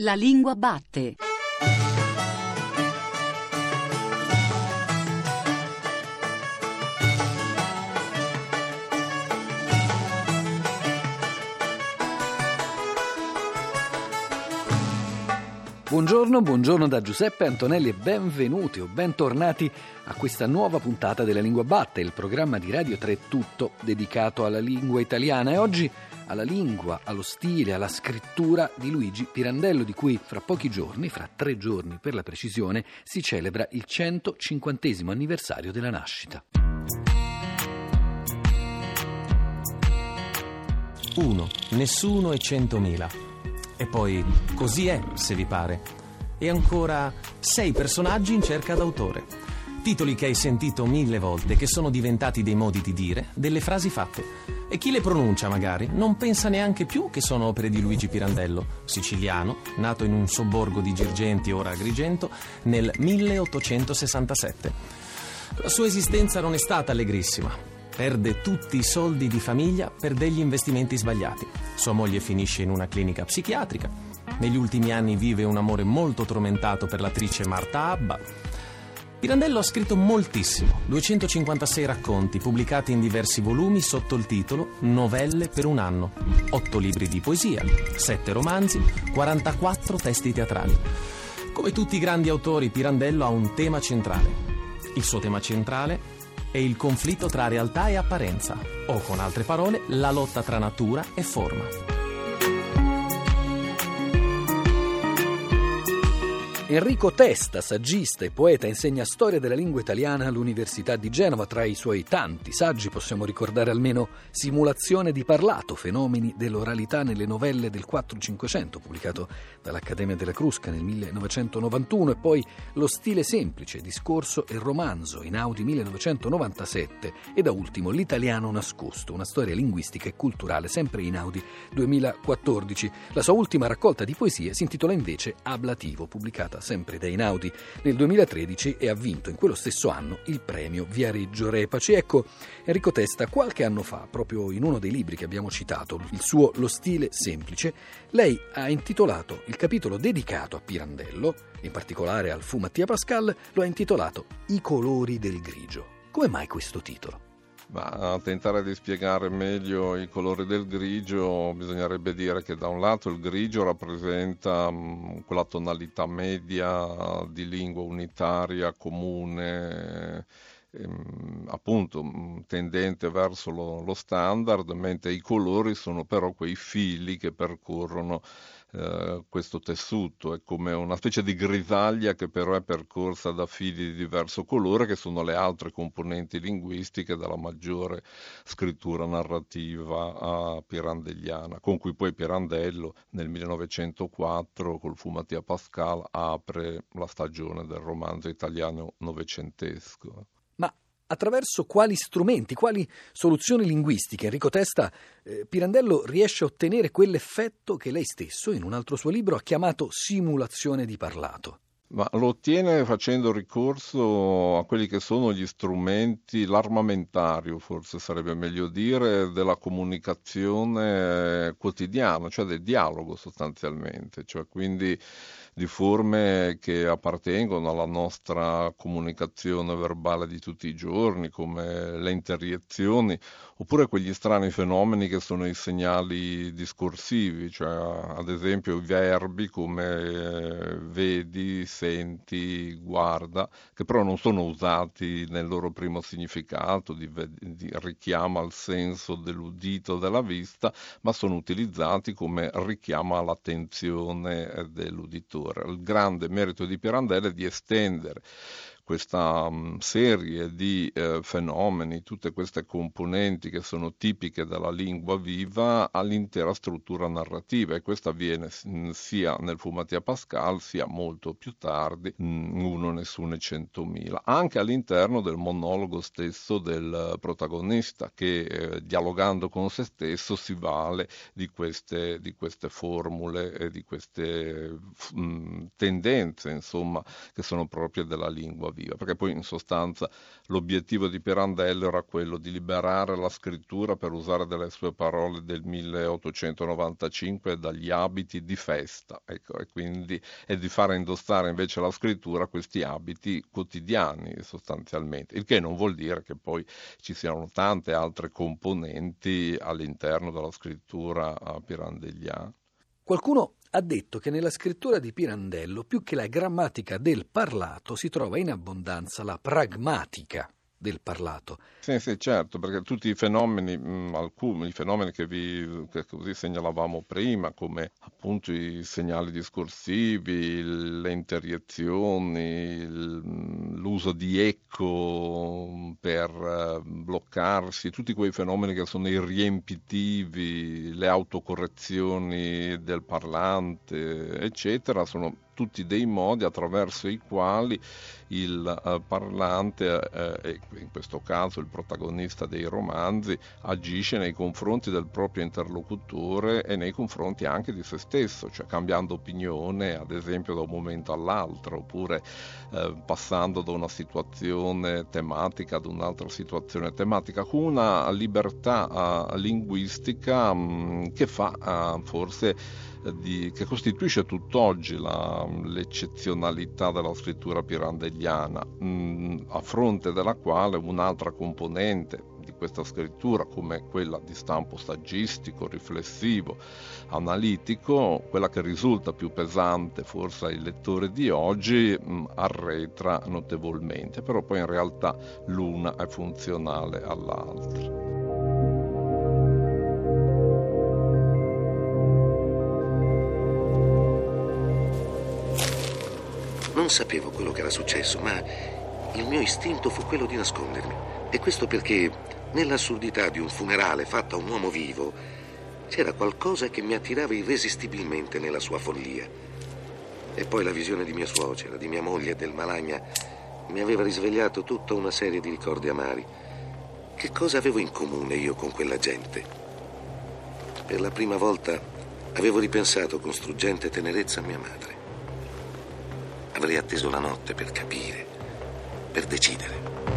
La lingua batte. Buongiorno da Giuseppe Antonelli e benvenuti o bentornati a questa nuova puntata della Lingua Batte, il programma di Radio 3 tutto dedicato alla lingua italiana e oggi alla lingua, allo stile, alla scrittura di Luigi Pirandello, di cui fra pochi giorni, fra 3 giorni per la precisione, si celebra il 150° anniversario della nascita. 1, nessuno e 100.000. E poi Così è, se vi pare. E ancora 6 personaggi in cerca d'autore. Titoli che hai sentito 1000 volte, che sono diventati dei modi di dire, delle frasi fatte. E chi le pronuncia magari non pensa neanche più che sono opere di Luigi Pirandello, siciliano, nato in un sobborgo di Girgenti, ora Agrigento, nel 1867. La sua esistenza non è stata allegrissima. Perde tutti i soldi di famiglia per degli investimenti sbagliati. Sua moglie finisce in una clinica psichiatrica. Negli ultimi anni vive un amore molto tormentato per l'attrice Marta Abba. Pirandello ha scritto moltissimo, 256 racconti pubblicati in diversi volumi sotto il titolo Novelle per un anno, 8 libri di poesia, 7 romanzi, 44 testi teatrali. Come tutti i grandi autori, Pirandello ha un tema centrale. Il suo tema centrale è il conflitto tra realtà e apparenza, o con altre parole, la lotta tra natura e forma. Enrico Testa, saggista e poeta, insegna storia della lingua italiana all'Università di Genova. Tra i suoi tanti saggi possiamo ricordare almeno Simulazione di parlato, fenomeni dell'oralità nelle novelle del 4-500, pubblicato dall'Accademia della Crusca nel 1991, e poi Lo stile semplice, discorso e romanzo, Einaudi 1997, e da ultimo L'italiano nascosto, una storia linguistica e culturale, sempre Einaudi 2014. La sua ultima raccolta di poesie si intitola invece Ablativo, pubblicata sempre da Einaudi nel 2013 e ha vinto in quello stesso anno il premio Viareggio Repaci. Ecco, Enrico Testa, qualche anno fa, proprio in uno dei libri che abbiamo citato, il suo Lo stile semplice, lei ha intitolato il capitolo dedicato a Pirandello, in particolare al Fu Mattia Pascal, lo ha intitolato I colori del grigio. Come mai questo titolo? Ma a tentare di spiegare meglio i colori del grigio bisognerebbe dire che da un lato il grigio rappresenta quella tonalità media di lingua unitaria, comune, appunto tendente verso lo standard, mentre i colori sono però quei fili che percorrono questo tessuto. È come una specie di grisaglia che però è percorsa da fili di diverso colore, che sono le altre componenti linguistiche della maggiore scrittura narrativa pirandelliana, con cui poi Pirandello nel 1904 col Fu Mattia Pascal apre la stagione del romanzo italiano novecentesco. Attraverso quali strumenti, quali soluzioni linguistiche Enrico Testa Pirandello riesce a ottenere quell'effetto che lei stesso in un altro suo libro ha chiamato simulazione di parlato? Ma lo ottiene facendo ricorso a quelli che sono gli strumenti, l'armamentario forse sarebbe meglio dire, della comunicazione quotidiana, cioè del dialogo sostanzialmente, cioè quindi di forme che appartengono alla nostra comunicazione verbale di tutti i giorni, come le interiezioni, oppure quegli strani fenomeni che sono i segnali discorsivi, cioè ad esempio i verbi come vedi, senti, guarda, che però non sono usati nel loro primo significato di richiamo al senso dell'udito, della vista, ma sono utilizzati come richiamo all'attenzione dell'uditore. Il grande merito di Pirandello è di estendere questa serie di fenomeni, tutte queste componenti che sono tipiche della lingua viva all'intera struttura narrativa, e questo avviene sia nel Fu Mattia Pascal sia molto più tardi, Uno, nessuno e 100.000, anche all'interno del monologo stesso del protagonista che dialogando con se stesso si vale di queste formule e di queste tendenze, insomma, che sono proprie della lingua viva, perché poi in sostanza l'obiettivo di Pirandello era quello di liberare la scrittura, per usare delle sue parole del 1895, dagli abiti di festa, ecco, e di fare indossare invece alla scrittura questi abiti quotidiani sostanzialmente, il che non vuol dire che poi ci siano tante altre componenti all'interno della scrittura pirandelliana. Qualcuno ha detto che nella scrittura di Pirandello, più che la grammatica del parlato, si trova in abbondanza la pragmatica del parlato. Sì, certo, perché tutti i fenomeni, alcuni i fenomeni che così segnalavamo prima, come appunto i segnali discorsivi, le interiezioni, l'uso di eco per bloccarsi, tutti quei fenomeni che sono i riempitivi, le autocorrezioni del parlante, eccetera, sono tutti dei modi attraverso i quali il parlante, e in questo caso il protagonista dei romanzi, agisce nei confronti del proprio interlocutore e nei confronti anche di se stesso, cioè cambiando opinione, ad esempio, da un momento all'altro, oppure passando da una situazione tematica ad un'altra situazione tematica, con una libertà linguistica che fa forse che costituisce tutt'oggi l'eccezionalità della scrittura pirandelliana, a fronte della quale un'altra componente di questa scrittura, come quella di stampo saggistico, riflessivo, analitico, quella che risulta più pesante forse ai lettori di oggi, arretra notevolmente, però poi in realtà l'una è funzionale all'altra. Non sapevo quello che era successo, ma il mio istinto fu quello di nascondermi. E questo perché nell'assurdità di un funerale fatto a un uomo vivo c'era qualcosa che mi attirava irresistibilmente nella sua follia. E poi la visione di mia suocera, di mia moglie e del Malagna mi aveva risvegliato tutta una serie di ricordi amari. Che cosa avevo in comune io con quella gente? Per la prima volta avevo ripensato con struggente tenerezza a mia madre. Avrei atteso la notte per capire, per decidere.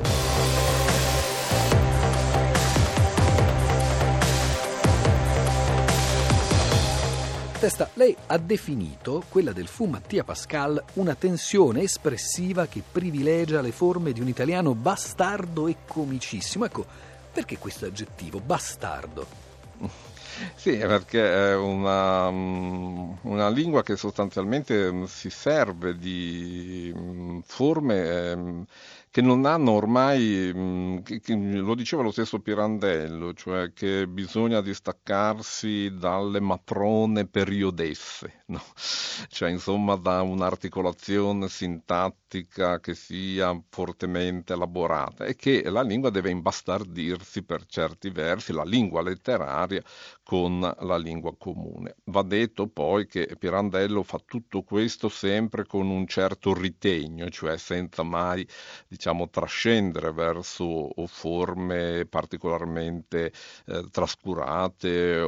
Testa, lei ha definito, quella del fu Mattia Pascal, una tensione espressiva che privilegia le forme di un italiano bastardo e comicissimo. Ecco, perché questo aggettivo, bastardo? Sì, perché è una lingua che sostanzialmente si serve di forme che non hanno ormai, lo diceva lo stesso Pirandello, cioè che bisogna distaccarsi dalle matrone periodesse, no? Cioè insomma da un'articolazione sintattica che sia fortemente elaborata, e che la lingua deve imbastardirsi per certi versi, la lingua letteraria, con la lingua comune. Va detto poi che Pirandello fa tutto questo sempre con un certo ritegno, cioè senza mai, diciamo, trascendere verso forme particolarmente trascurate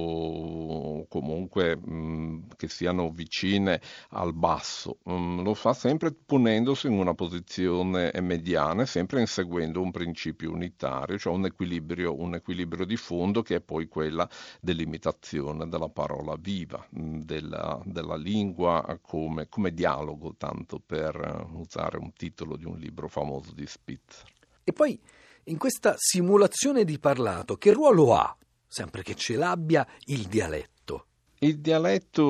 o comunque che siano vicine al basso. Lo fa sempre ponendosi in una posizione mediana e sempre inseguendo un principio unitario, cioè un equilibrio di fondo, che è poi quella dell'imitazione della parola viva, della lingua come dialogo, tanto per usare un titolo di un libro famoso di Spitzer. E poi, in questa simulazione di parlato, che ruolo ha, sempre che ce l'abbia, il dialetto? Il dialetto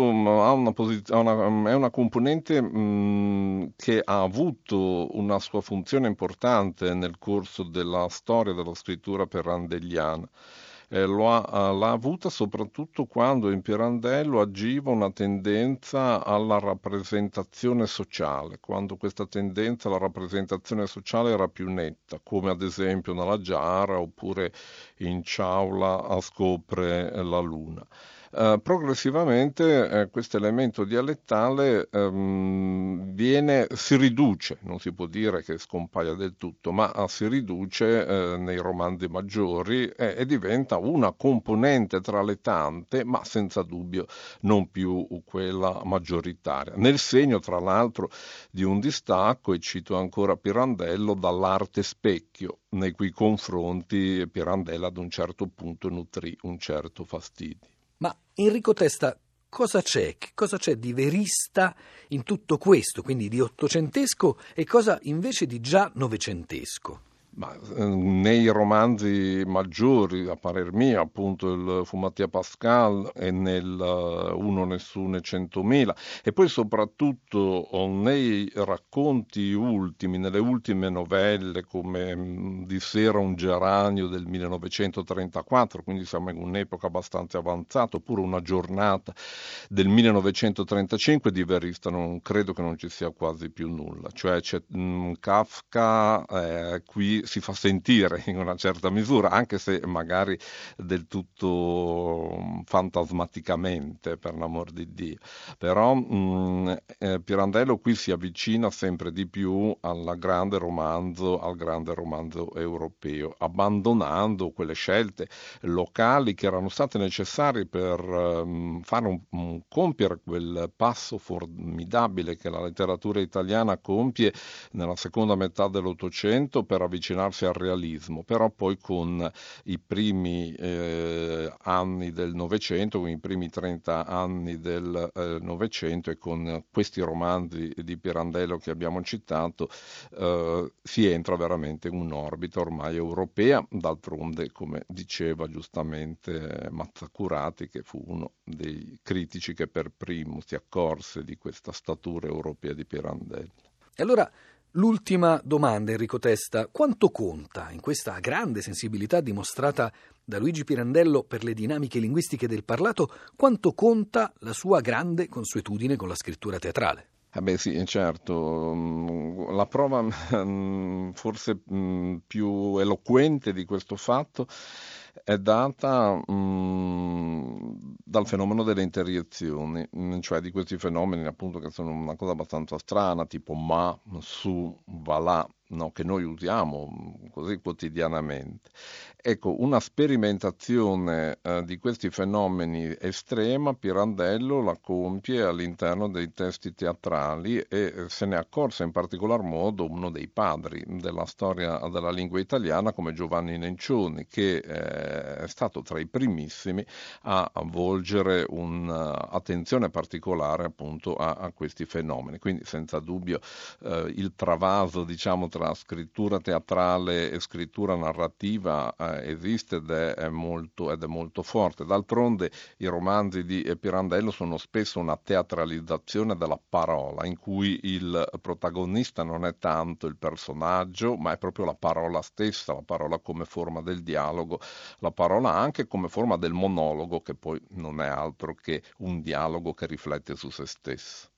è una componente che ha avuto una sua funzione importante nel corso della storia della scrittura pirandelliana. L'ha avuta soprattutto quando in Pirandello agiva una tendenza alla rappresentazione sociale, quando questa tendenza alla rappresentazione sociale era più netta, come ad esempio nella Giara oppure in Ciaula a Scopre la luna. Progressivamente questo elemento dialettale si riduce, non si può dire che scompaia del tutto, ma si riduce nei romanzi maggiori e diventa una componente tra le tante, ma senza dubbio non più quella maggioritaria. Nel segno, tra l'altro, di un distacco, e cito ancora Pirandello, dall'arte specchio, nei cui confronti Pirandello ad un certo punto nutrì un certo fastidio. Ma Enrico Testa, cosa c'è? Che cosa c'è di verista in tutto questo, quindi di ottocentesco, e cosa invece di già novecentesco? Ma, nei romanzi maggiori, a parer mio, appunto il Fu Mattia Pascal e nel Uno, Nessuno e Centomila, e poi soprattutto nei racconti ultimi, nelle ultime novelle come Di sera un geranio del 1934, quindi siamo in un'epoca abbastanza avanzata, oppure Una giornata del 1935, di verista non credo che non ci sia quasi più nulla. Cioè c'è Kafka qui si fa sentire in una certa misura, anche se magari del tutto fantasmaticamente, per l'amor di Dio. Però Pirandello qui si avvicina sempre di più al grande romanzo europeo, abbandonando quelle scelte locali che erano state necessarie per compiere quel passo formidabile che la letteratura italiana compie nella seconda metà dell'Ottocento per avvicinarsi al realismo, però poi con i primi anni del Novecento, con i primi 30 anni del Novecento, e con questi romanzi di Pirandello che abbiamo citato, si entra veramente in un'orbita ormai europea. D'altronde, come diceva giustamente Mazzacurati, che fu uno dei critici che per primo si accorse di questa statura europea di Pirandello. E allora l'ultima domanda, Enrico Testa: quanto conta in questa grande sensibilità dimostrata da Luigi Pirandello per le dinamiche linguistiche del parlato, quanto conta la sua grande consuetudine con la scrittura teatrale? Beh sì, certo, la prova forse più eloquente di questo fatto è data dal fenomeno delle interiezioni, cioè di questi fenomeni appunto che sono una cosa abbastanza strana, tipo ma, su, va là, no, che noi usiamo così quotidianamente. Ecco, una sperimentazione di questi fenomeni estrema Pirandello la compie all'interno dei testi teatrali, e se ne accorse in particolar modo uno dei padri della storia della lingua italiana come Giovanni Nencioni, che è stato tra i primissimi a volgere un'attenzione particolare appunto a questi fenomeni. Quindi senza dubbio il travaso, diciamo, tra scrittura teatrale e scrittura narrativa esiste ed è molto forte. D'altronde i romanzi di Pirandello sono spesso una teatralizzazione della parola, in cui il protagonista non è tanto il personaggio, ma è proprio la parola stessa, la parola come forma del dialogo, la parola anche come forma del monologo, che poi non è altro che un dialogo che riflette su se stesso.